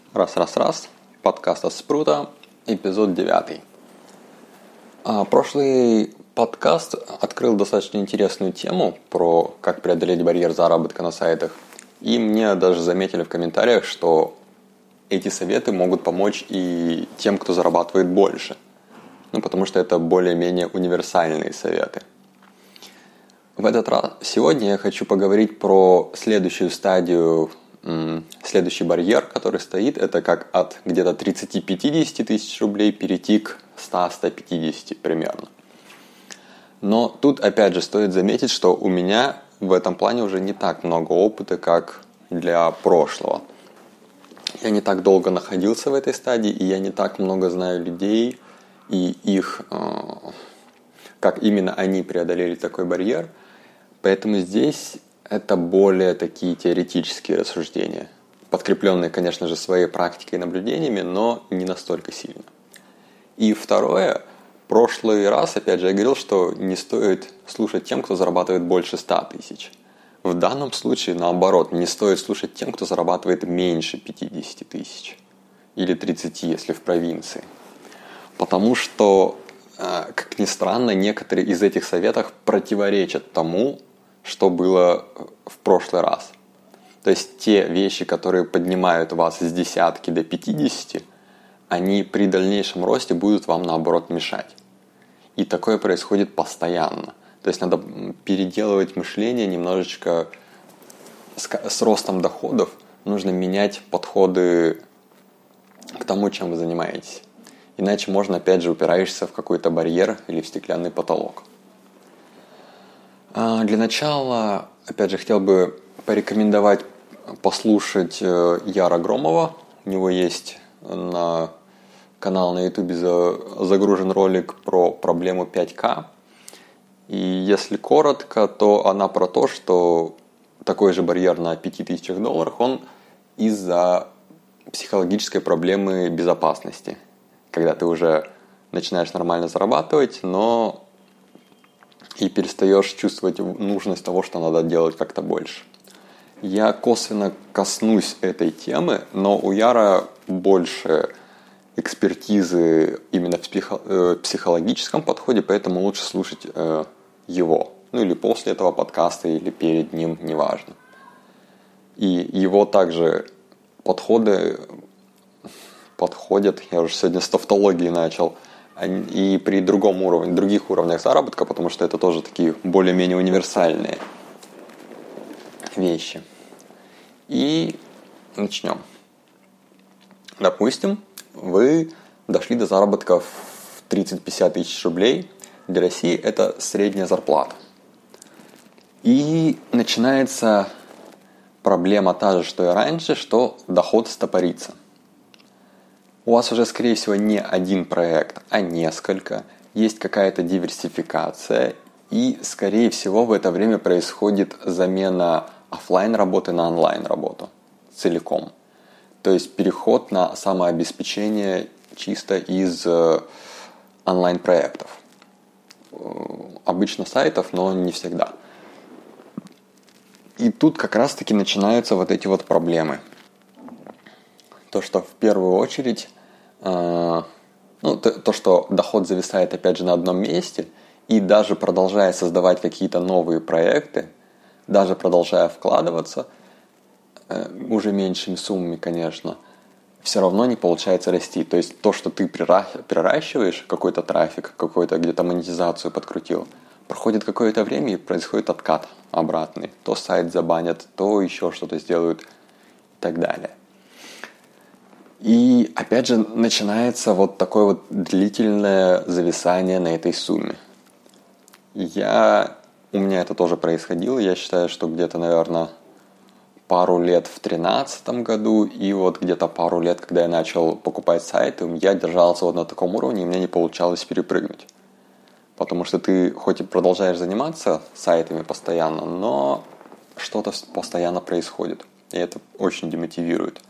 Раз. Подкаст от Спрута, эпизод 9. Прошлый подкаст открыл достаточно интересную тему про как преодолеть барьер заработка на сайтах. И мне даже заметили в комментариях, что эти советы могут помочь и тем, кто зарабатывает больше. Потому что это более-менее универсальные советы. Сегодня я хочу поговорить про следующую стадию, следующий барьер, который стоит, это как от где-то 30-50 тысяч рублей перейти к 100-150 примерно. Но тут опять же стоит заметить, что у меня в этом плане уже не так много опыта, как для прошлого. Я не так долго находился в этой стадии, и я не так много знаю людей и их, как именно они преодолели такой барьер. Поэтому здесь это более такие теоретические рассуждения, подкрепленные, конечно же, своей практикой и наблюдениями, но не настолько сильно. И второе, в прошлый раз, опять же, я говорил, что не стоит слушать тем, кто зарабатывает больше 100 тысяч. В данном случае, наоборот, не стоит слушать тем, кто зарабатывает меньше 50 тысяч. Или 30, если в провинции. Потому что, как ни странно, некоторые из этих советов противоречат тому, что было в прошлый раз. То есть те вещи, которые поднимают вас с десятки до 50, они при дальнейшем росте будут вам наоборот мешать. И такое происходит постоянно. То есть надо переделывать мышление немножечко с ростом доходов. Нужно менять подходы к тому, чем вы занимаетесь. Иначе можно опять же упираешься в какой-то барьер или в стеклянный потолок. Для начала, опять же, хотел бы порекомендовать послушать Яра Громова. У него есть на канал на YouTube загружен ролик про проблему 5К. И если коротко, то она про то, что такой же барьер на $5000, он из-за психологической проблемы безопасности. Когда ты уже начинаешь нормально зарабатывать, но и перестаешь чувствовать нужность того, что надо делать как-то больше. Я косвенно коснусь этой темы, но у Яра больше экспертизы именно в психологическом подходе, поэтому лучше слушать его. Или после этого подкаста, или перед ним, неважно. И его также подходят, я уже сегодня с тавтологии начал, и при других уровнях заработка, потому что это тоже такие более-менее универсальные вещи. И начнем. Допустим, вы дошли до заработка в 30-50 тысяч рублей. Для России это средняя зарплата. И начинается проблема та же, что и раньше, что доход стопорится. У вас уже, скорее всего, не один проект, а несколько. Есть какая-то диверсификация. И, скорее всего, в это время происходит замена офлайн работы на онлайн работу целиком. То есть переход на самообеспечение чисто из онлайн-проектов. Обычно сайтов, но не всегда. И тут как раз-таки начинаются вот эти вот проблемы. То, что в первую очередь, то, что доход зависает опять же на одном месте, и даже продолжая создавать какие-то новые проекты, даже продолжая вкладываться, уже меньшими суммами, конечно, все равно не получается расти. То есть то, что ты приращиваешь, какой-то трафик, какой-то где-то монетизацию подкрутил, проходит какое-то время и происходит откат обратный. То сайт забанят, то еще что-то сделают и так далее. И опять же начинается вот такое вот длительное зависание на этой сумме. У меня это тоже происходило. Я считаю, что где-то, наверное, пару лет в 2013 году и вот где-то пару лет, когда я начал покупать сайты, я держался вот на таком уровне, и мне не получалось перепрыгнуть. Потому что ты хоть и продолжаешь заниматься сайтами постоянно, но что-то постоянно происходит. И это очень демотивирует.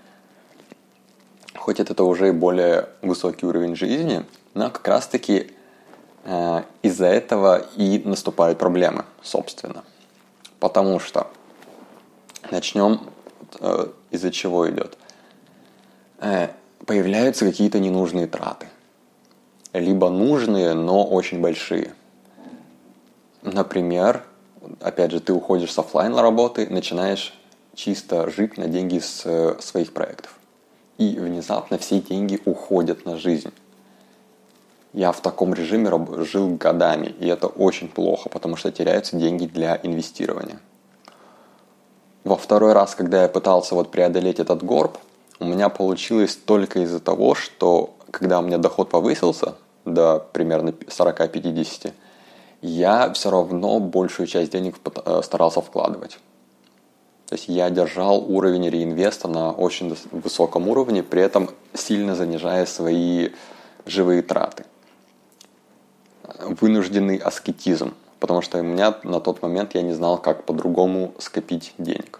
Хоть это уже и более высокий уровень жизни, но как раз-таки из-за этого и наступают проблемы, собственно. Потому что начнем из-за чего идет. появляются какие-то ненужные траты. Либо нужные, но очень большие. Например, опять же, ты уходишь с офлайн работы, начинаешь чисто жить на деньги с своих проектов. И внезапно все деньги уходят на жизнь. Я в таком режиме жил годами, и это очень плохо, потому что теряются деньги для инвестирования. Во второй раз, когда я пытался преодолеть этот горб, у меня получилось только из-за того, что когда у меня доход повысился до примерно 40-50, я все равно большую часть денег старался вкладывать. То есть я держал уровень реинвеста на очень высоком уровне, при этом сильно занижая свои живые траты. Вынужденный аскетизм, потому что у меня на тот момент я не знал, как по-другому скопить денег.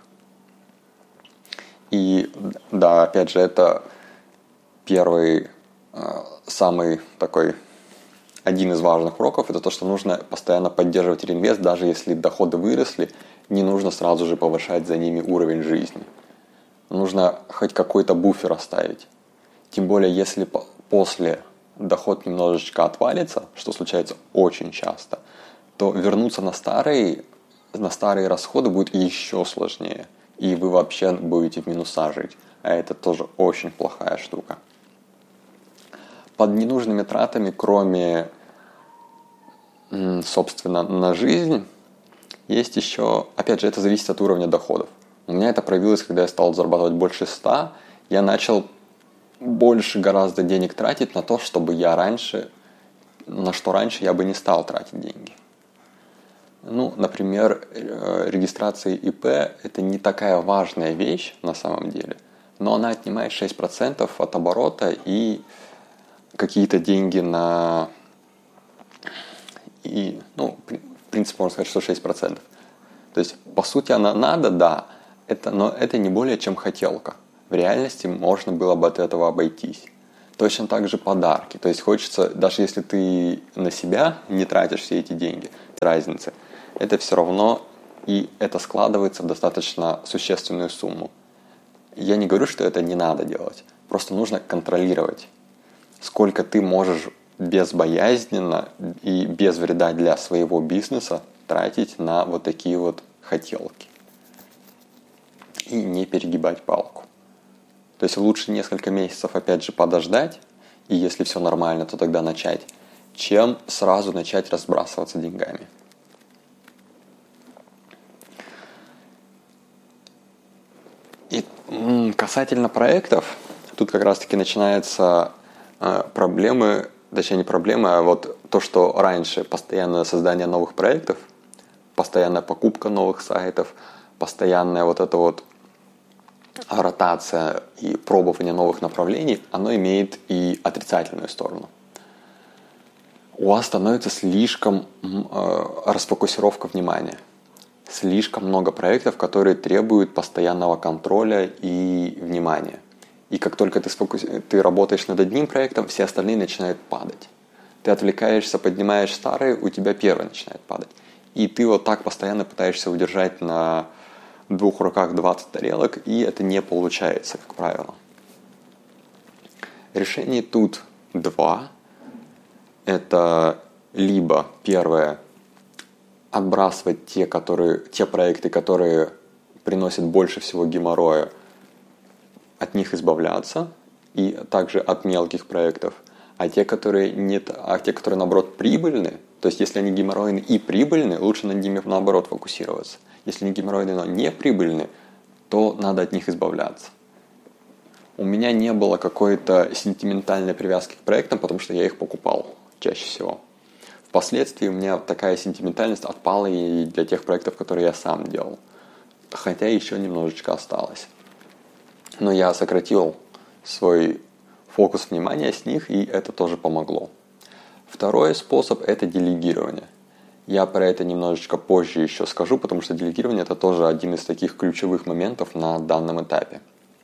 И да, опять же, это первый, самый такой, один из важных уроков, это то, что нужно постоянно поддерживать реинвест, даже если доходы выросли, не нужно сразу же повышать за ними уровень жизни. Нужно хоть какой-то буфер оставить. Тем более, если после доход немножечко отвалится, что случается очень часто, то вернуться на старые расходы будет еще сложнее. И вы вообще будете в минуса жить. А это тоже очень плохая штука. Под ненужными тратами, кроме, собственно, на жизнь, есть еще, опять же, это зависит от уровня доходов. У меня это проявилось, когда я стал зарабатывать больше 100, я начал больше гораздо денег тратить на то, чтобы на что раньше я бы не стал тратить деньги. Например, регистрация ИП – это не такая важная вещь на самом деле, но она отнимает 6% от оборота и какие-то деньги в принципе, можно сказать, что 6%. То есть, по сути, она надо, да, но это не более чем хотелка. В реальности можно было бы от этого обойтись. Точно так же подарки. То есть, хочется, даже если ты на себя не тратишь все эти деньги, разницы, это все равно, и это складывается в достаточно существенную сумму. Я не говорю, что это не надо делать. Просто нужно контролировать, сколько ты можешь безбоязненно и без вреда для своего бизнеса тратить на такие хотелки. И не перегибать палку. То есть лучше несколько месяцев опять же подождать, и если все нормально, то тогда начать, чем сразу начать разбрасываться деньгами. И касательно проектов, тут как раз-таки начинаются проблемы, точнее не проблемы, а то, что раньше постоянное создание новых проектов, постоянная покупка новых сайтов, постоянная ротация и пробование новых направлений, оно имеет и отрицательную сторону. У вас становится слишком расфокусировка внимания. Слишком много проектов, которые требуют постоянного контроля и внимания. И как только ты работаешь над одним проектом, все остальные начинают падать. Ты отвлекаешься, поднимаешь старые, у тебя первый начинает падать. И ты так постоянно пытаешься удержать на 2 руках 20 тарелок, и это не получается, как правило. Решений тут 2. Это либо первое – отбрасывать те проекты, которые приносят больше всего геморроя, от них избавляться, и также от мелких проектов. А те, которые наоборот прибыльны, то есть если они геморройны и прибыльны, лучше над ними наоборот фокусироваться. Если они геморройны, но не прибыльны, то надо от них избавляться. У меня не было какой-то сентиментальной привязки к проектам, потому что я их покупал чаще всего. Впоследствии у меня такая сентиментальность отпала и для тех проектов, которые я сам делал. Хотя еще немножечко осталось. Но я сократил свой фокус внимания с них, и это тоже помогло. Второй способ – это делегирование. Я про это немножечко позже еще скажу, потому что делегирование – это тоже один из таких ключевых моментов на данном этапе.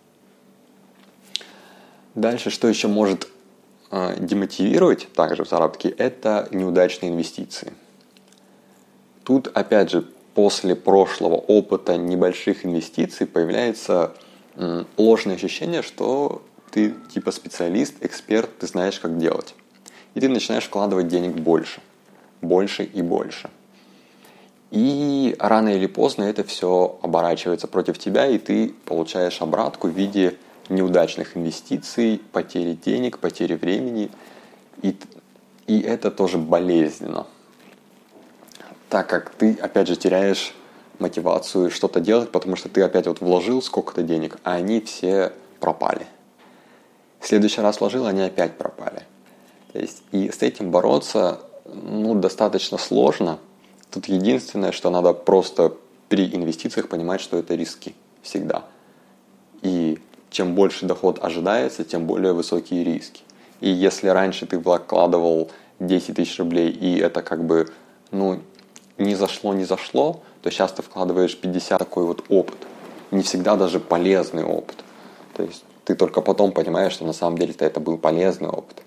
Дальше, что еще может демотивировать также в заработке, это неудачные инвестиции. Тут, опять же, после прошлого опыта небольших инвестиций появляется ложное ощущение, что ты типа специалист, эксперт, ты знаешь, как делать. И ты начинаешь вкладывать денег больше и больше. И рано или поздно это все оборачивается против тебя, и ты получаешь обратку в виде неудачных инвестиций, потери денег, потери времени. И это тоже болезненно, так как ты, опять же, теряешь мотивацию что-то делать, потому что ты опять вот вложил сколько-то денег, а они все пропали. В следующий раз вложил, они опять пропали. То есть, и с этим бороться достаточно сложно. Тут единственное, что надо просто при инвестициях понимать, что это риски всегда. И чем больше доход ожидается, тем более высокие риски. И если раньше ты вкладывал 10 тысяч рублей, и это как бы, не зашло, то сейчас ты вкладываешь 50, такой вот опыт. Не всегда даже полезный опыт. То есть ты только потом понимаешь, что на самом деле это был полезный опыт.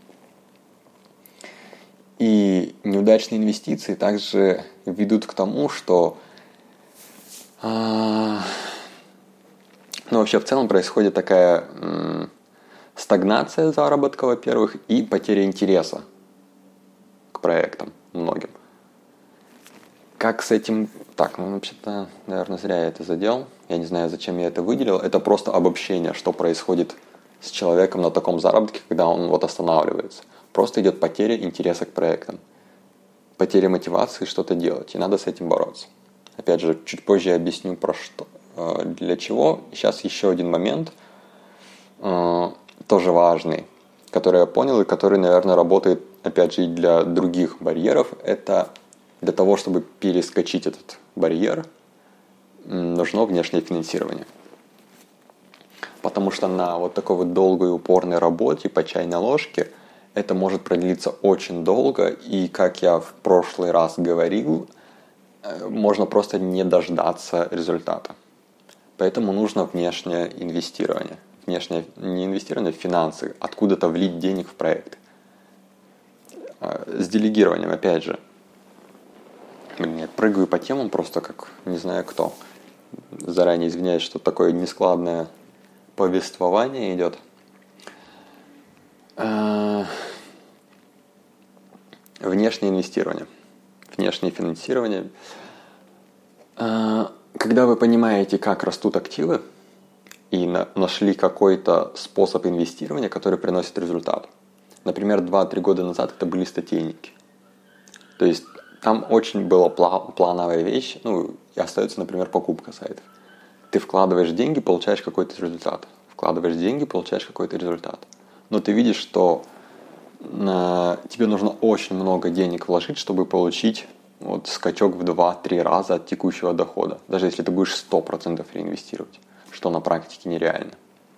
И неудачные инвестиции также ведут к тому, что вообще в целом происходит такая стагнация заработка, во-первых, и потеря интереса к проектам многим. Как с этим... Так, вообще-то, наверное, зря я это задел. Я не знаю, зачем я это выделил. Это просто обобщение, что происходит с человеком на таком заработке, когда он вот останавливается. Просто идет потеря интереса к проектам. Потеря мотивации что-то делать. И надо с этим бороться. Опять же, чуть позже я объясню, про что, для чего. Сейчас еще один момент, тоже важный, который я понял и который, наверное, работает, опять же, и для других барьеров. Это для того, чтобы перескочить этот барьер, нужно внешнее финансирование. Потому что на вот такой вот долгой и упорной работе по чайной ложке это может продлиться очень долго, и, как я в прошлый раз говорил, можно просто не дождаться результата. Поэтому нужно внешнее инвестирование. Внешнее не инвестирование, финансы. Откуда-то влить денег в проект. С делегированием, опять же. Я прыгаю по темам просто как не знаю кто. Заранее извиняюсь, что такое нескладное повествование идет. Внешнее инвестирование. Внешнее финансирование. Когда вы понимаете, как растут активы, и нашли какой-то способ инвестирования, который приносит результат. Например, 2-3 года назад это были статейники. То есть там очень была плановая вещь, и остается, например, покупка сайтов. Ты вкладываешь деньги, получаешь какой-то результат. Вкладываешь деньги, получаешь какой-то результат. Но ты видишь, что тебе нужно очень много денег вложить, чтобы получить скачок в 2-3 раза от текущего дохода. Даже если ты будешь 100% реинвестировать, что на практике нереально.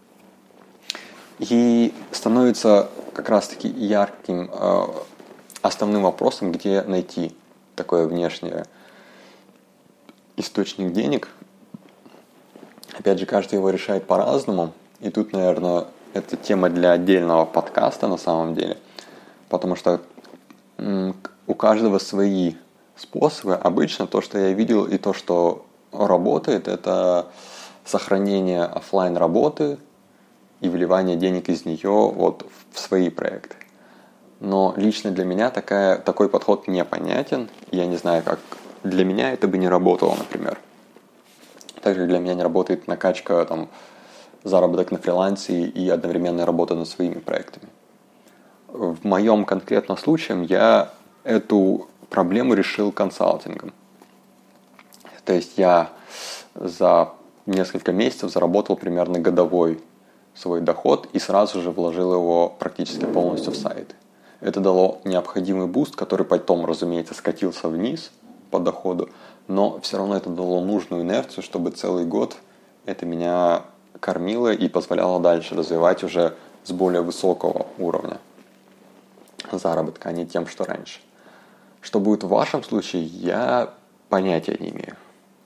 И становится как раз-таки ярким основным вопросом, где найти такой внешний источник денег. Опять же, каждый его решает по-разному. И тут, наверное, это тема для отдельного подкаста на самом деле. Потому что у каждого свои способы. Обычно то, что я видел и то, что работает, это сохранение офлайн работы и вливание денег из нее в свои проекты. Но лично для меня такой подход непонятен. Я не знаю, как для меня это бы не работало, например. Также для меня не работает накачка, заработок на фрилансе и одновременная работа над своими проектами. В моем конкретном случае я эту проблему решил консалтингом. То есть я за несколько месяцев заработал примерно годовой свой доход и сразу же вложил его практически полностью в сайты. Это дало необходимый буст, который потом, разумеется, скатился вниз по доходу, но все равно это дало нужную инерцию, чтобы целый год это меня кормило и позволяло дальше развивать уже с более высокого уровня заработка, а не тем, что раньше. Что будет в вашем случае, я понятия не имею.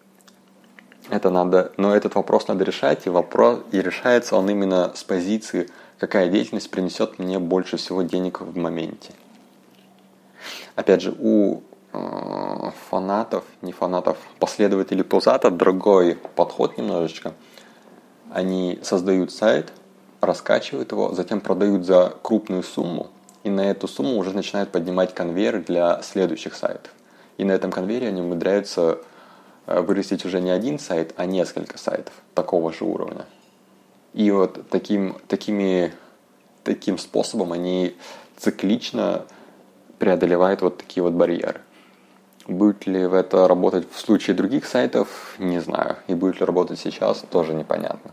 Но этот вопрос надо решать, и решается он именно с позиции, какая деятельность принесет мне больше всего денег в моменте. Опять же, у последователей Пузата другой подход немножечко. Они создают сайт, раскачивают его, затем продают за крупную сумму, и на эту сумму уже начинают поднимать конвейер для следующих сайтов. И на этом конвейере они умудряются вырастить уже не один сайт, а несколько сайтов такого же уровня. И вот таким способом они циклично преодолевают вот такие вот барьеры. Будет ли это работать в случае других сайтов, не знаю. И будет ли работать сейчас, тоже непонятно.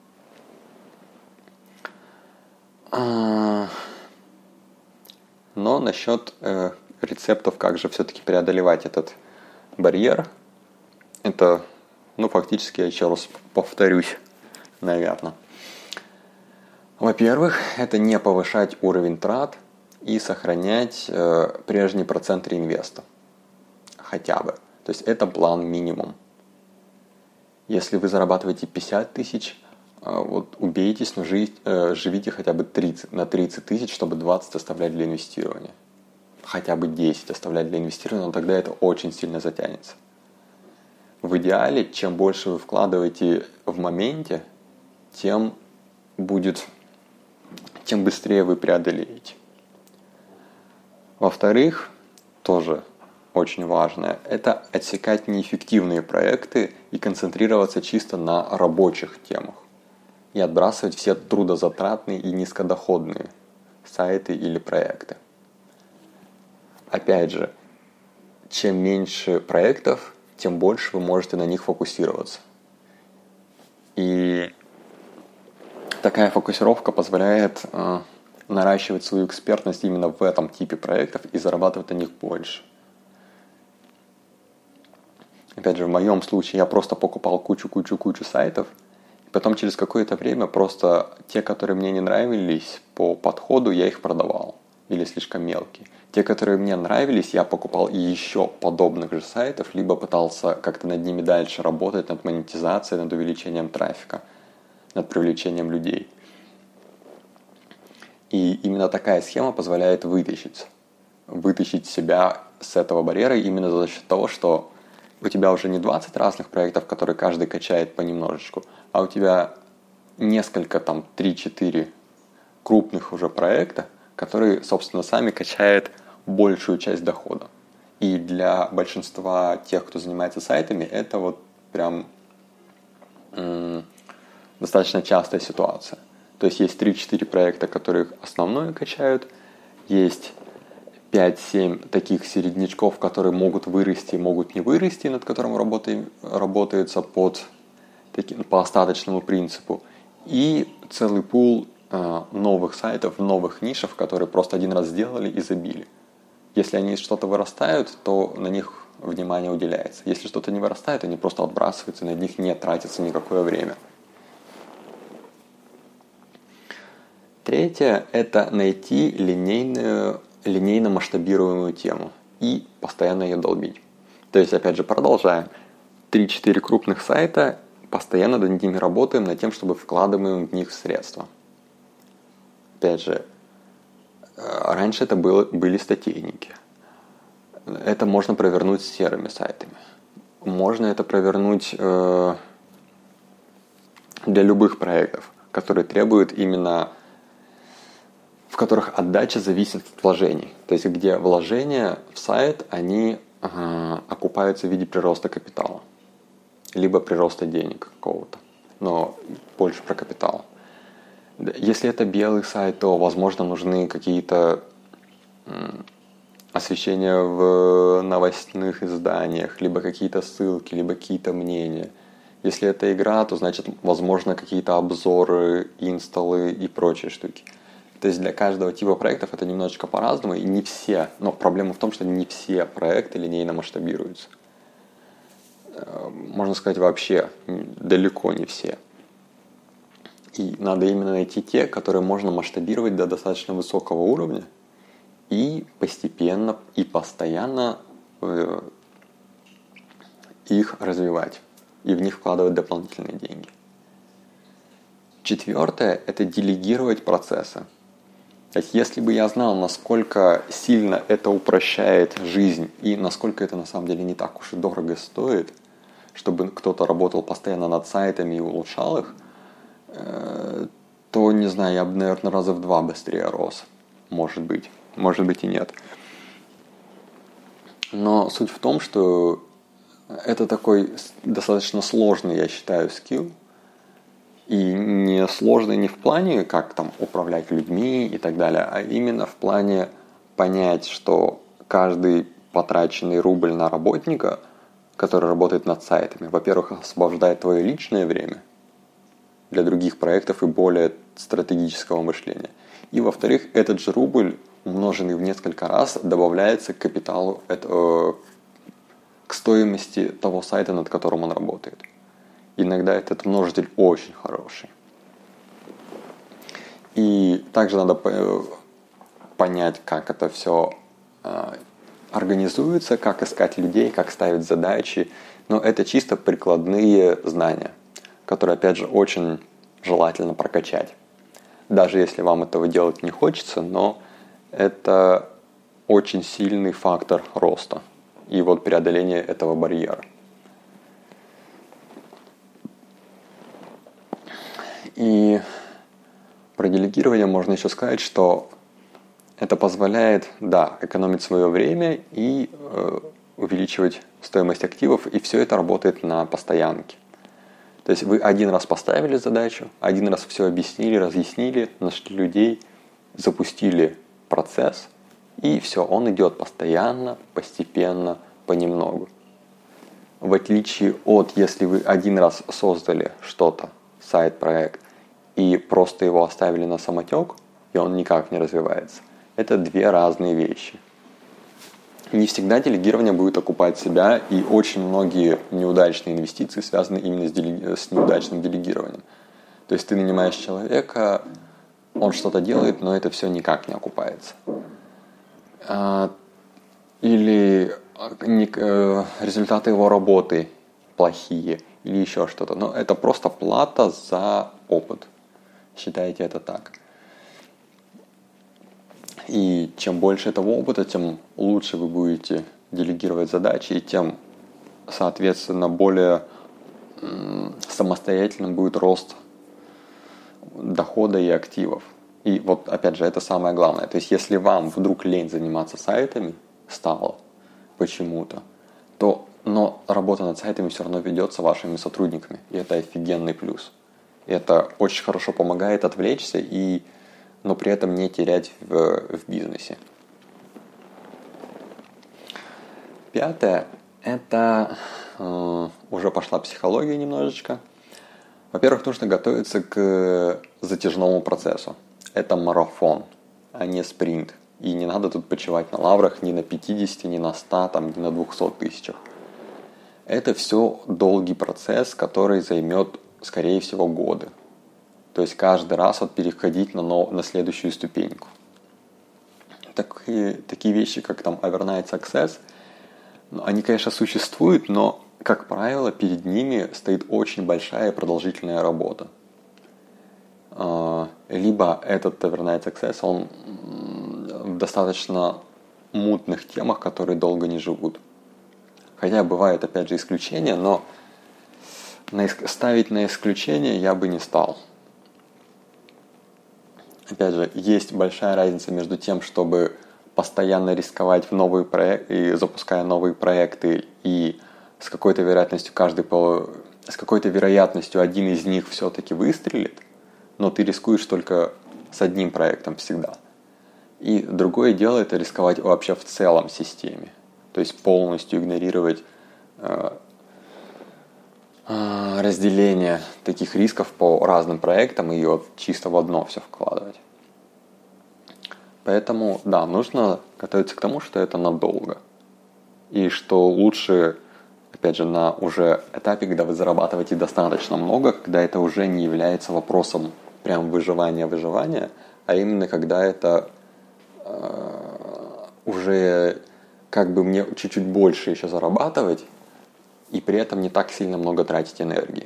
Но насчет рецептов, как же все-таки преодолевать этот барьер, это, фактически, я еще раз повторюсь, наверное. Во-первых, это не повышать уровень трат и сохранять прежний процент реинвеста. Хотя бы. То есть это план минимум. Если вы зарабатываете 50 тысяч, убейтесь, но живите хотя бы на 30 тысяч, чтобы 20 оставлять для инвестирования. Хотя бы 10 оставлять для инвестирования, но тогда это очень сильно затянется. В идеале, чем больше вы вкладываете в моменте, тем быстрее вы преодолеете. Во-вторых, тоже очень важное, это отсекать неэффективные проекты и концентрироваться чисто на рабочих темах. И отбрасывать все трудозатратные и низкодоходные сайты или проекты. Опять же, чем меньше проектов, тем больше вы можете на них фокусироваться. И такая фокусировка позволяет наращивать свою экспертность именно в этом типе проектов и зарабатывать на них больше. Опять же, в моем случае я просто покупал кучу сайтов, и потом через какое-то время просто те, которые мне не нравились по подходу, я их продавал. Или слишком мелкие. Те, которые мне нравились, я покупал и еще подобных же сайтов, либо пытался как-то над ними дальше работать, над монетизацией, над увеличением трафика, над привлечением людей. И именно такая схема позволяет вытащить себя с этого барьера именно за счет того, что у тебя уже не 20 разных проектов, которые каждый качает понемножечку, а у тебя несколько, 3-4 крупных уже проекта, которые, собственно, сами качают большую часть дохода. И для большинства тех, кто занимается сайтами, это вот прям достаточно частая ситуация. То есть есть 3-4 проекта, которые основное качают, есть 5-7 таких середнячков, которые могут вырасти, могут не вырасти, над которым работается по остаточному принципу. И целый пул новых сайтов, новых нишев, которые просто один раз сделали и забили. Если они что-то вырастают, то на них внимание уделяется. Если что-то не вырастает, они просто отбрасываются, на них не тратится никакое время. Третье – это найти линейно масштабируемую тему и постоянно ее долбить. То есть, опять же, продолжаем. 3-4 крупных сайта, постоянно над ними работаем, над тем, чтобы вкладываем в них средства. Опять же, раньше это были статейники. Это можно провернуть с серыми сайтами. Можно это провернуть для любых проектов, которые требуют именно, в которых отдача зависит от вложений. То есть, где вложения в сайт, они окупаются в виде прироста капитала. Либо прироста денег какого-то. Но больше про капитал. Если это белый сайт, то, возможно, нужны какие-то освещения в новостных изданиях, либо какие-то ссылки, либо какие-то мнения. Если это игра, то, значит, возможно, какие-то обзоры, инсталлы и прочие штуки. То есть для каждого типа проектов это немножечко по-разному, и не все, но проблема в том, что не все проекты линейно масштабируются. Можно сказать, вообще далеко не все. И надо именно найти те, которые можно масштабировать до достаточно высокого уровня и постепенно и постоянно их развивать и в них вкладывать дополнительные деньги. Четвертое – это делегировать процессы. То есть, если бы я знал, насколько сильно это упрощает жизнь и насколько это на самом деле не так уж и дорого стоит, чтобы кто-то работал постоянно над сайтами и улучшал их, то, не знаю, я бы, наверное, раза в 2 быстрее рос. Может быть и нет. Но суть в том, что это такой достаточно сложный, я считаю, скилл. И не сложный не в плане, как там управлять людьми и так далее, а именно в плане понять, что каждый потраченный рубль на работника, который работает над сайтами, во-первых, освобождает твое личное время для других проектов и более стратегического мышления. И, во-вторых, этот же рубль, умноженный в несколько раз, добавляется к капиталу, к стоимости того сайта, над которым он работает. Иногда этот множитель очень хороший. И также надо понять, как это все организуется, как искать людей, как ставить задачи. Но это чисто прикладные знания, которые, опять же, очень желательно прокачать. Даже если вам этого делать не хочется, но это очень сильный фактор роста и вот преодоления этого барьера. И про делегирование можно еще сказать, что это позволяет, да, экономить свое время и увеличивать стоимость активов, и все это работает на постоянке. То есть вы один раз поставили задачу, один раз все объяснили, разъяснили, нашли людей, запустили процесс, и все, он идет постоянно, постепенно, понемногу. В отличие от, если вы один раз создали что-то, сайт-проект, и просто его оставили на самотек, и он никак не развивается. Это две разные вещи. Не всегда делегирование будет окупать себя, и очень многие неудачные инвестиции связаны именно с неудачным делегированием. То есть ты нанимаешь человека, он что-то делает, но это все никак не окупается. Или результаты его работы плохие, или еще что-то. Но это просто плата за опыт. Считайте это так. И чем больше этого опыта, тем лучше вы будете делегировать задачи, и тем, соответственно, более самостоятельным будет рост дохода и активов. И вот, опять же, это самое главное. То есть, если вам вдруг лень заниматься сайтами стало почему-то, но работа над сайтами все равно ведется вашими сотрудниками. И это офигенный плюс. И это очень хорошо помогает отвлечься, но при этом не терять в бизнесе. Пятое – это уже пошла психология немножечко. Во-первых, нужно готовиться к затяжному процессу. Это марафон, а не спринт. И не надо тут почивать на лаврах ни на 50, ни на 100, ни на 200 тысячах. Это все долгий процесс, который займет, скорее всего, годы. То есть каждый раз переходить на следующую ступеньку. Такие вещи, как там overnight success, они, конечно, существуют, но, как правило, перед ними стоит очень большая и продолжительная работа. Либо этот overnight success, он в достаточно мутных темах, которые долго не живут. Хотя бывают, опять же, исключения, но ставить на исключение я бы не стал. Опять же, есть большая разница между тем, чтобы постоянно рисковать в новые проекты и запуская новые проекты, и с какой-то вероятностью один из них все-таки выстрелит, но ты рискуешь только с одним проектом всегда. И другое дело – это рисковать вообще в целом системе. То есть полностью игнорировать разделение таких рисков по разным проектам и чисто в одно все вкладывать. Поэтому, да, нужно готовиться к тому, что это надолго. И что лучше, опять же, на уже этапе, когда вы зарабатываете достаточно много, когда это уже не является вопросом прям выживания, а именно когда это уже как бы мне чуть-чуть больше еще зарабатывать, и при этом не так сильно много тратить энергии.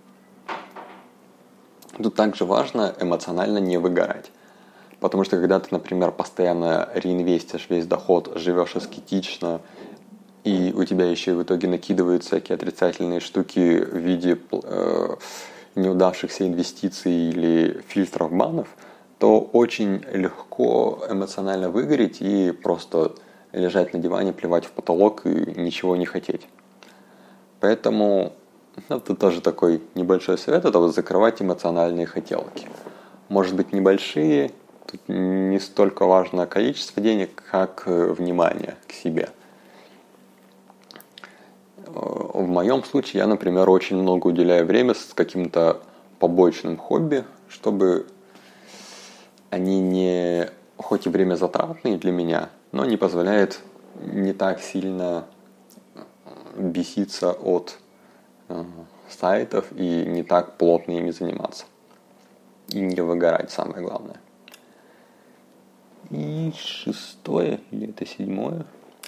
Тут также важно эмоционально не выгорать. Потому что когда ты, например, постоянно реинвестишь весь доход, живешь аскетично, и у тебя еще и в итоге накидывают всякие отрицательные штуки в виде неудавшихся инвестиций или фильтров банов, то очень легко эмоционально выгореть и просто лежать на диване, плевать в потолок и ничего не хотеть. Поэтому это тоже такой небольшой совет, это вот закрывать эмоциональные хотелки. Может быть небольшие, тут не столько важно количество денег, как внимание к себе. В моем случае я, например, очень много уделяю время с каким-то побочным хобби, чтобы они не, хоть и время затратные для меня, но не позволяет не так сильно беситься от сайтов и не так плотно ими заниматься. И не выгорать, самое главное. И шестое, или это седьмое,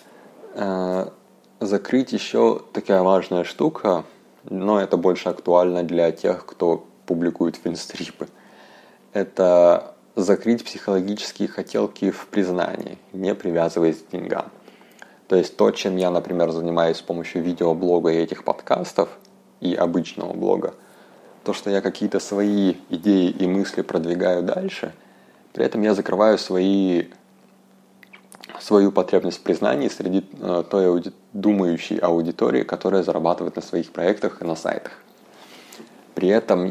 закрыть еще такая важная штука, но это больше актуально для тех, кто публикует финстрипы. Это закрыть психологические хотелки в признании, не привязываясь к деньгам. То есть то, чем я, например, занимаюсь с помощью видеоблога и этих подкастов, и обычного блога, то, что я какие-то свои идеи и мысли продвигаю дальше, при этом я закрываю свою потребность в признании среди той думающей аудитории, которая зарабатывает на своих проектах и на сайтах. При этом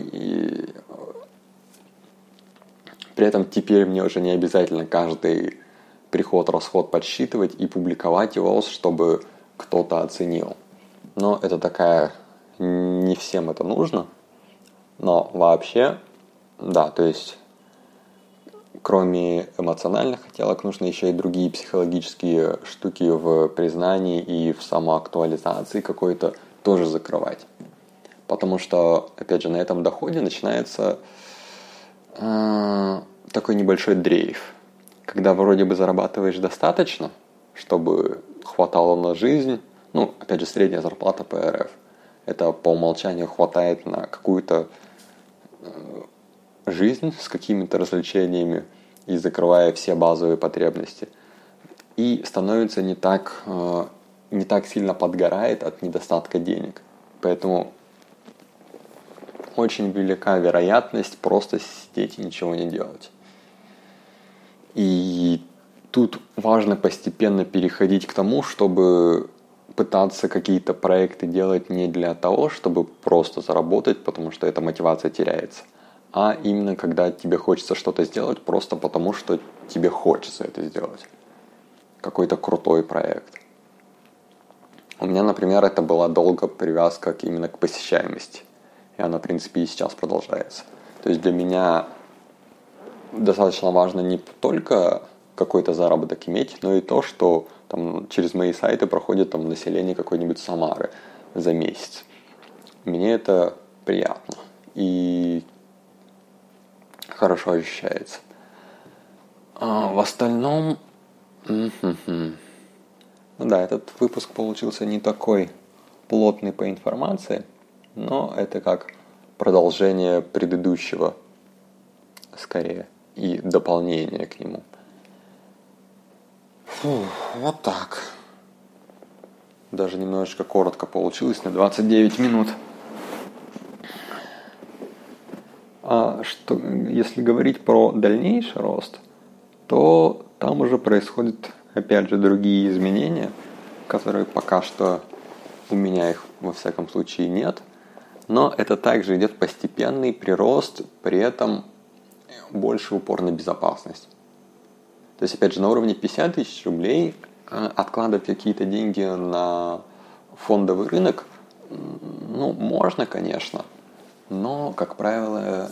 теперь мне уже не обязательно каждый приход-расход подсчитывать и публиковать его, чтобы кто-то оценил. Но это такая... Не всем это нужно. Но вообще, да, то есть кроме эмоциональных хотелок нужны еще и другие психологические штуки в признании и в самоактуализации какой-то тоже закрывать. Потому что, опять же, на этом доходе начинается такой небольшой дрейф. Когда вроде бы зарабатываешь достаточно, чтобы хватало на жизнь, ну, опять же, средняя зарплата по РФ. Это по умолчанию хватает на какую-то жизнь с какими-то развлечениями и закрывая все базовые потребности. И становится не так сильно подгорает от недостатка денег. Поэтому очень велика вероятность просто сидеть и ничего не делать. И тут важно постепенно переходить к тому, чтобы пытаться какие-то проекты делать не для того, чтобы просто заработать, потому что эта мотивация теряется, а именно когда тебе хочется что-то сделать просто потому, что тебе хочется это сделать. Какой-то крутой проект. У меня, например, это была долго привязка именно к посещаемости. И она, в принципе, и сейчас продолжается. То есть для меня достаточно важно не только какой-то заработок иметь, но и то, что там через мои сайты проходит там население какой-нибудь Самары за месяц. Мне это приятно и хорошо ощущается. А в остальном, ну да, этот выпуск получился не такой плотный по информации, но это как продолжение предыдущего, скорее, и дополнение к нему. Вот так. Даже немножечко коротко получилось, на 29 минут. Если говорить про дальнейший рост, то там уже происходят, опять же, другие изменения, которые пока что у меня их, во всяком случае, нет. Но это также идет постепенный прирост, при этом больше упор на безопасность. То есть, опять же, на уровне 50 тысяч рублей откладывать какие-то деньги на фондовый рынок, ну, можно, конечно, но, как правило,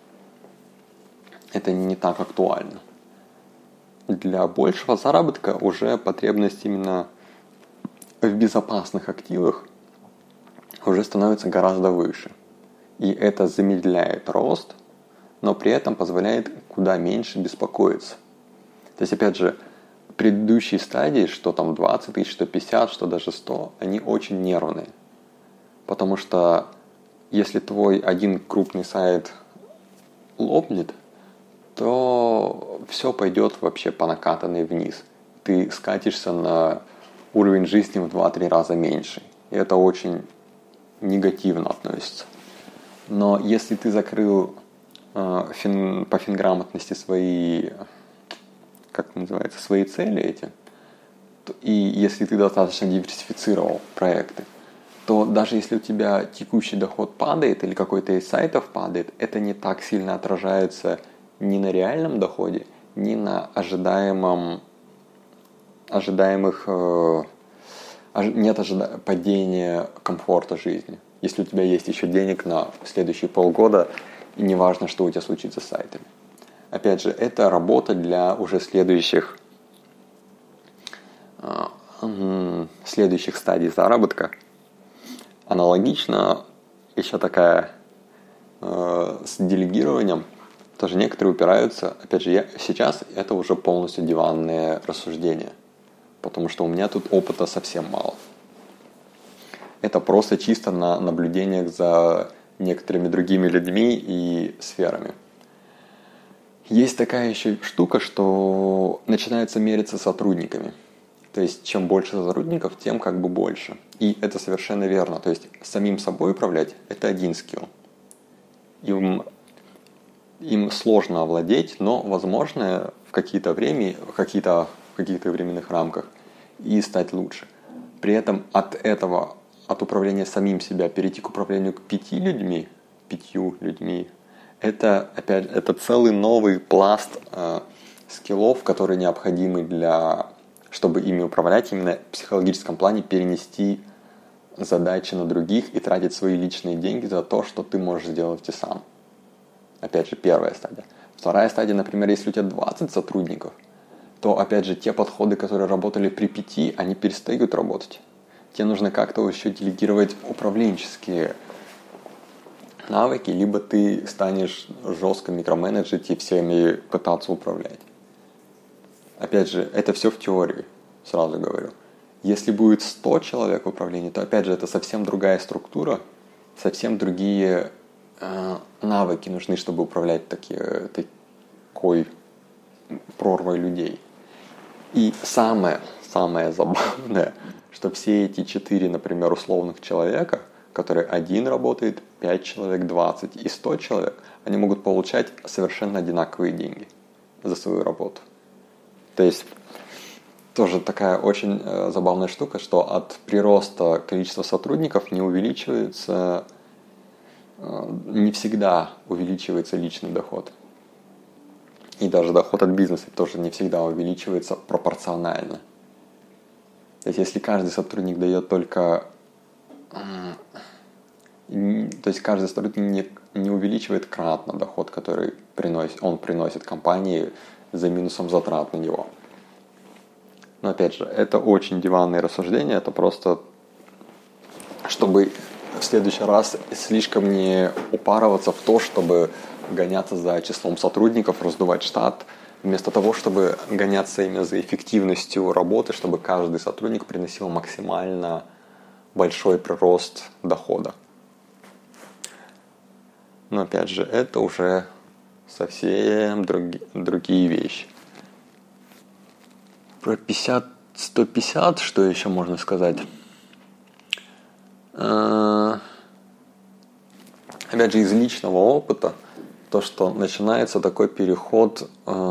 это не так актуально. Для большего заработка уже потребность именно в безопасных активах уже становится гораздо выше. И это замедляет рост, но при этом позволяет куда меньше беспокоиться. То есть, опять же, предыдущие стадии, что там 20 тысяч, что 50, что даже 100, они очень нервные. Потому что если твой один крупный сайт лопнет, то все пойдет вообще по накатанной вниз. Ты скатишься на уровень жизни в 2-3 раза меньше. И это очень негативно относится. Но если ты закрыл по финграмотности свои, как это называется, свои цели эти, и если ты достаточно диверсифицировал проекты, то даже если у тебя текущий доход падает или какой-то из сайтов падает, это не так сильно отражается ни на реальном доходе, ни на нет падения комфорта жизни. Если у тебя есть еще денег на следующие полгода, и не важно, что у тебя случится с сайтами. Опять же, это работа для уже следующих стадий заработка. Аналогично еще такая с делегированием. Тоже некоторые упираются. Опять же, сейчас это уже полностью диванные рассуждения. Потому что у меня тут опыта совсем мало. Это просто чисто на наблюдениях за некоторыми другими людьми и сферами. Есть такая еще штука, что начинается мериться сотрудниками. То есть, чем больше сотрудников, тем как бы больше. И это совершенно верно. То есть, самим собой управлять – это один скилл. Им сложно овладеть, но возможно в какие-то временных рамках и стать лучше. При этом от управления самим себя перейти к управлению к 5 людьми, это целый новый пласт скиллов, которые необходимы чтобы ими управлять, именно в психологическом плане перенести задачи на других и тратить свои личные деньги за то, что ты можешь сделать и сам. Опять же, первая стадия. Вторая стадия, например, если у тебя 20 сотрудников, то, опять же, те подходы, которые работали при 5, они перестают работать. Тебе нужно как-то еще делегировать управленческие навыки, либо ты станешь жестко микроменеджить и всеми пытаться управлять. Опять же, это все в теории, сразу говорю. Если будет 100 человек в управлении, то, опять же, это совсем другая структура, совсем другие навыки нужны, чтобы управлять такой прорвой людей. И самое забавное, что все эти 4, например, условных человека, которые один работает, 5 человек, 20 и 100 человек, они могут получать совершенно одинаковые деньги за свою работу. То есть тоже такая очень забавная штука, что от прироста количества сотрудников не всегда увеличивается личный доход. И даже доход от бизнеса тоже не всегда увеличивается пропорционально. То есть если каждый сотрудник дает только... То есть каждый сотрудник не увеличивает кратно доход, который он приносит компании за минусом затрат на него. Но опять же, это очень диванные рассуждения, это просто, чтобы в следующий раз слишком не упарываться в то, чтобы гоняться за числом сотрудников, раздувать штат, вместо того, чтобы гоняться именно за эффективностью работы, чтобы каждый сотрудник приносил максимально большой прирост дохода. Но опять же, это уже совсем другие вещи. Про 150, что еще можно сказать? Опять же, из личного опыта, то, что начинается такой переход,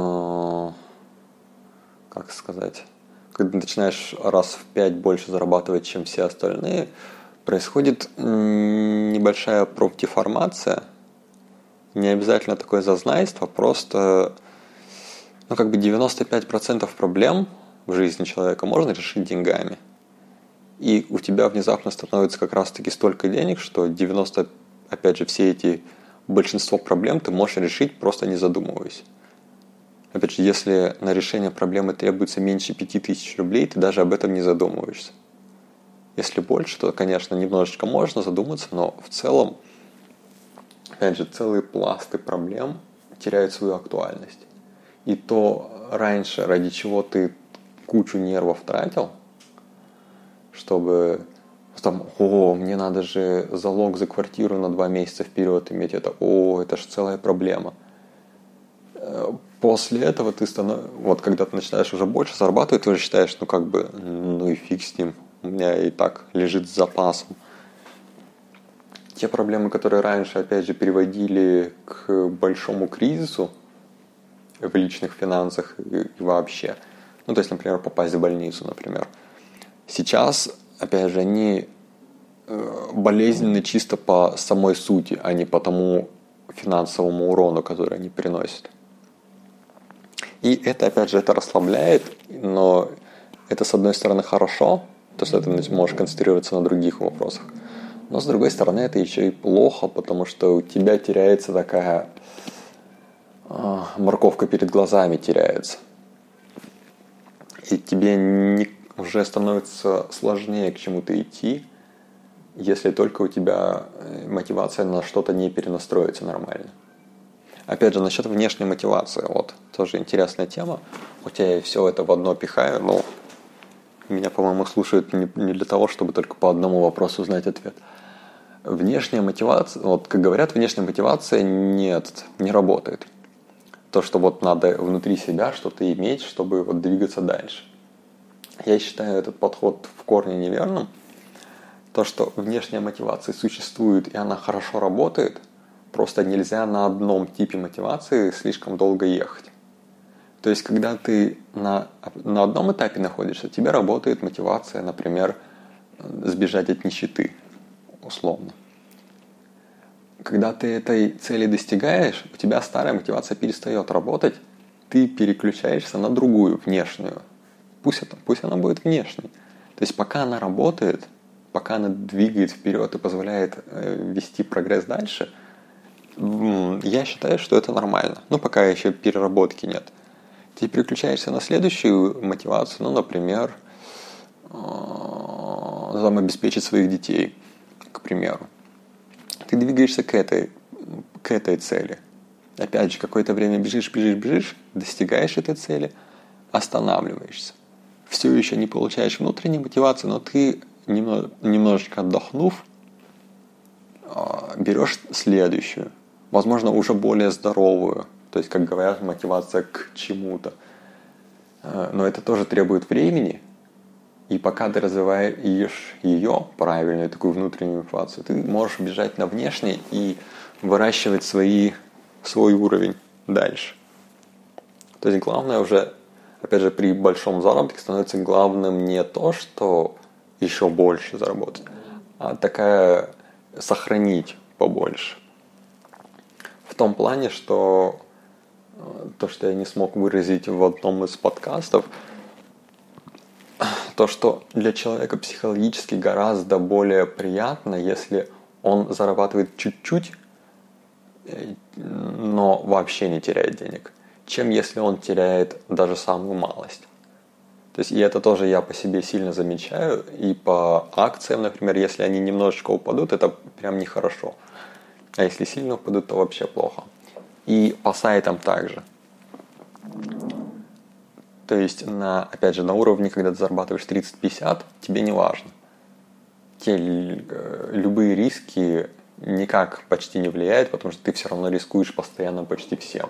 как сказать, когда ты начинаешь раз в 5 больше зарабатывать, чем все остальные, происходит небольшая профдеформация. Не обязательно такое зазнайство, просто 95% проблем в жизни человека можно решить деньгами. И у тебя внезапно становится как раз-таки столько денег, что большинство проблем ты можешь решить, просто не задумываясь. Опять же, если на решение проблемы требуется меньше 5000 рублей, ты даже об этом не задумываешься. Если больше, то, конечно, немножечко можно задуматься, но в целом, опять же, целые пласты проблем теряют свою актуальность. И то раньше, ради чего ты кучу нервов тратил, чтобы мне надо же залог за квартиру на 2 месяца вперед иметь, это же целая проблема. После этого когда ты начинаешь уже больше зарабатывать, ты уже считаешь, и фиг с ним, у меня и так лежит с запасом. те проблемы, которые раньше, опять же, приводили к большому кризису в личных финансах и вообще, ну, то есть, например, попасть в больницу, например, сейчас, опять же, они болезненны чисто по самой сути, а не по тому финансовому урону, который они приносят. И это, опять же, это расслабляет, но это, с одной стороны, хорошо, то, что ты можешь концентрироваться на других вопросах, но, с другой стороны, это еще и плохо, потому что у тебя теряется такая морковка перед глазами теряется. И тебе уже становится сложнее к чему-то идти, если только у тебя мотивация на что-то не перенастроится нормально. Опять же, насчет внешней мотивации, вот, тоже интересная тема. У тебя я все это в одно пихаю, но меня, по-моему, слушают не для того, чтобы только по одному вопросу узнать ответ. Внешняя мотивация, вот, как говорят, внешняя мотивация не работает. То, что вот надо внутри себя что-то иметь, чтобы вот двигаться дальше. Я считаю этот подход в корне неверным. То, что внешняя мотивация существует и она хорошо работает, просто нельзя на одном типе мотивации слишком долго ехать. То есть, когда ты на одном этапе находишься, тебе работает мотивация, например, сбежать от нищеты, условно. Когда ты этой цели достигаешь, у тебя старая мотивация перестает работать, ты переключаешься на другую, внешнюю. Пусть она будет внешней. То есть, пока она работает, пока она двигает вперед и позволяет вести прогресс дальше, я считаю, что это нормально. Ну, пока еще переработки нет. Ты переключаешься на следующую мотивацию, ну, например, обеспечить своих детей, к примеру. Ты двигаешься к этой цели. Опять же, какое-то время бежишь, достигаешь этой цели, останавливаешься. Все еще не получаешь внутренней мотивации, но ты, немножечко отдохнув, берешь следующую, возможно, уже более здоровую, то есть, как говорят, мотивация к чему-то. Но это тоже требует времени, и пока ты развиваешь ее, правильную такую внутреннюю мотивацию, ты можешь бежать на внешний и выращивать свой уровень дальше. То есть, главное уже, опять же, при большом заработке становится главным не то, что еще больше заработать, а сохранить побольше. В том плане, что то, что я не смог выразить в одном из подкастов, то, что для человека психологически гораздо более приятно, если он зарабатывает чуть-чуть, но вообще не теряет денег, чем если он теряет даже самую малость. То есть, и это тоже я по себе сильно замечаю, и по акциям, например, если они немножечко упадут, это прям нехорошо. А если сильно упадут, то вообще плохо. И по сайтам также. То есть, опять же, на уровне, когда ты зарабатываешь 30-50, тебе не важно. Любые риски никак почти не влияют, потому что ты все равно рискуешь постоянно почти всем.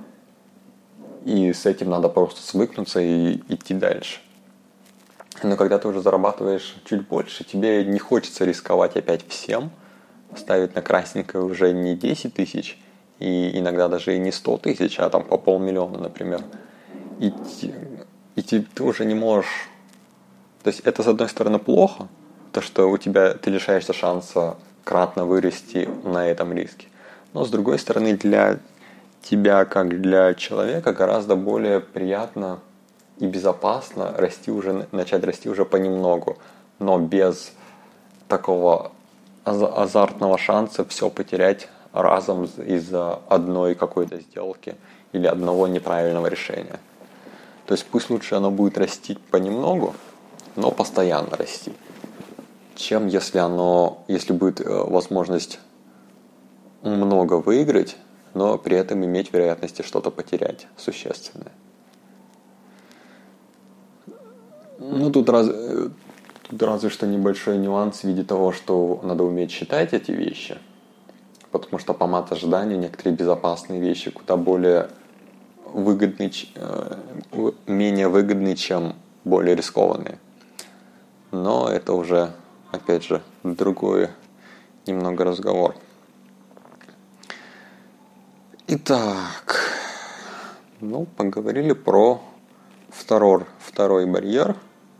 И с этим надо просто свыкнуться и идти дальше. Но когда ты уже зарабатываешь чуть больше, тебе не хочется рисковать опять всем, ставить на красненькое уже не 10 тысяч, и иногда даже и не 100 тысяч, а там по 500 000, например. И ты уже не можешь... То есть это, с одной стороны, плохо, то, что ты лишаешься шанса кратно вырасти на этом риске. Но, с другой стороны, для тебя, как для человека, гораздо более приятно и безопасно начать расти уже понемногу, но без такого азартного шанса все потерять разом из-за одной какой-то сделки или одного неправильного решения. То есть пусть лучше оно будет расти понемногу, но постоянно расти, чем если будет возможность много выиграть, но при этом иметь вероятности что-то потерять существенное. Ну, тут разве что небольшой нюанс в виде того, что надо уметь считать эти вещи, потому что по мат-ожиданию некоторые безопасные вещи куда более менее выгодные, чем более рискованные. Но это уже, опять же, другое немного разговор. Итак, поговорили про второй барьер.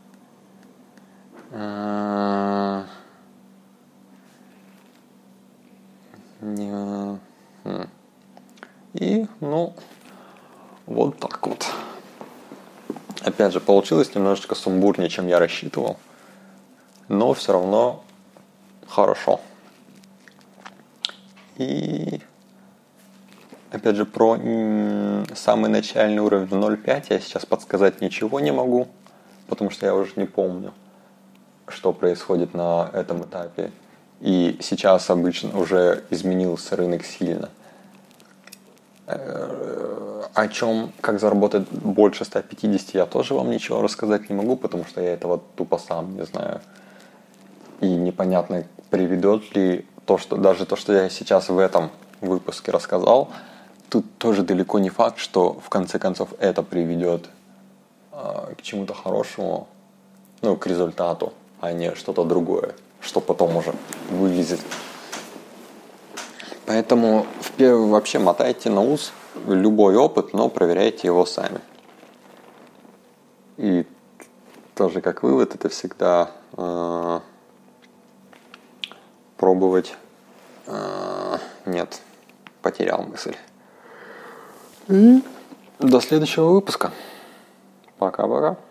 И, вот так вот. Опять же, получилось немножечко сумбурнее, чем я рассчитывал. Но все равно хорошо. И опять же, про самый начальный уровень 0.5 я сейчас подсказать ничего не могу, потому что я уже не помню, что происходит на этом этапе. И сейчас обычно уже изменился рынок сильно. О чем, как заработать больше 150, я тоже вам ничего рассказать не могу, потому что я этого тупо сам не знаю. И непонятно, приведет ли даже то, что я сейчас в этом выпуске рассказал, тут тоже далеко не факт, что в конце концов это приведет к чему-то хорошему, к результату, а не что-то другое, что потом уже вылезет. Поэтому вообще мотайте на ус любой опыт, но проверяйте его сами. И тоже как вывод, это всегда пробовать. Нет, потерял мысль. И до следующего выпуска. Пока-пока.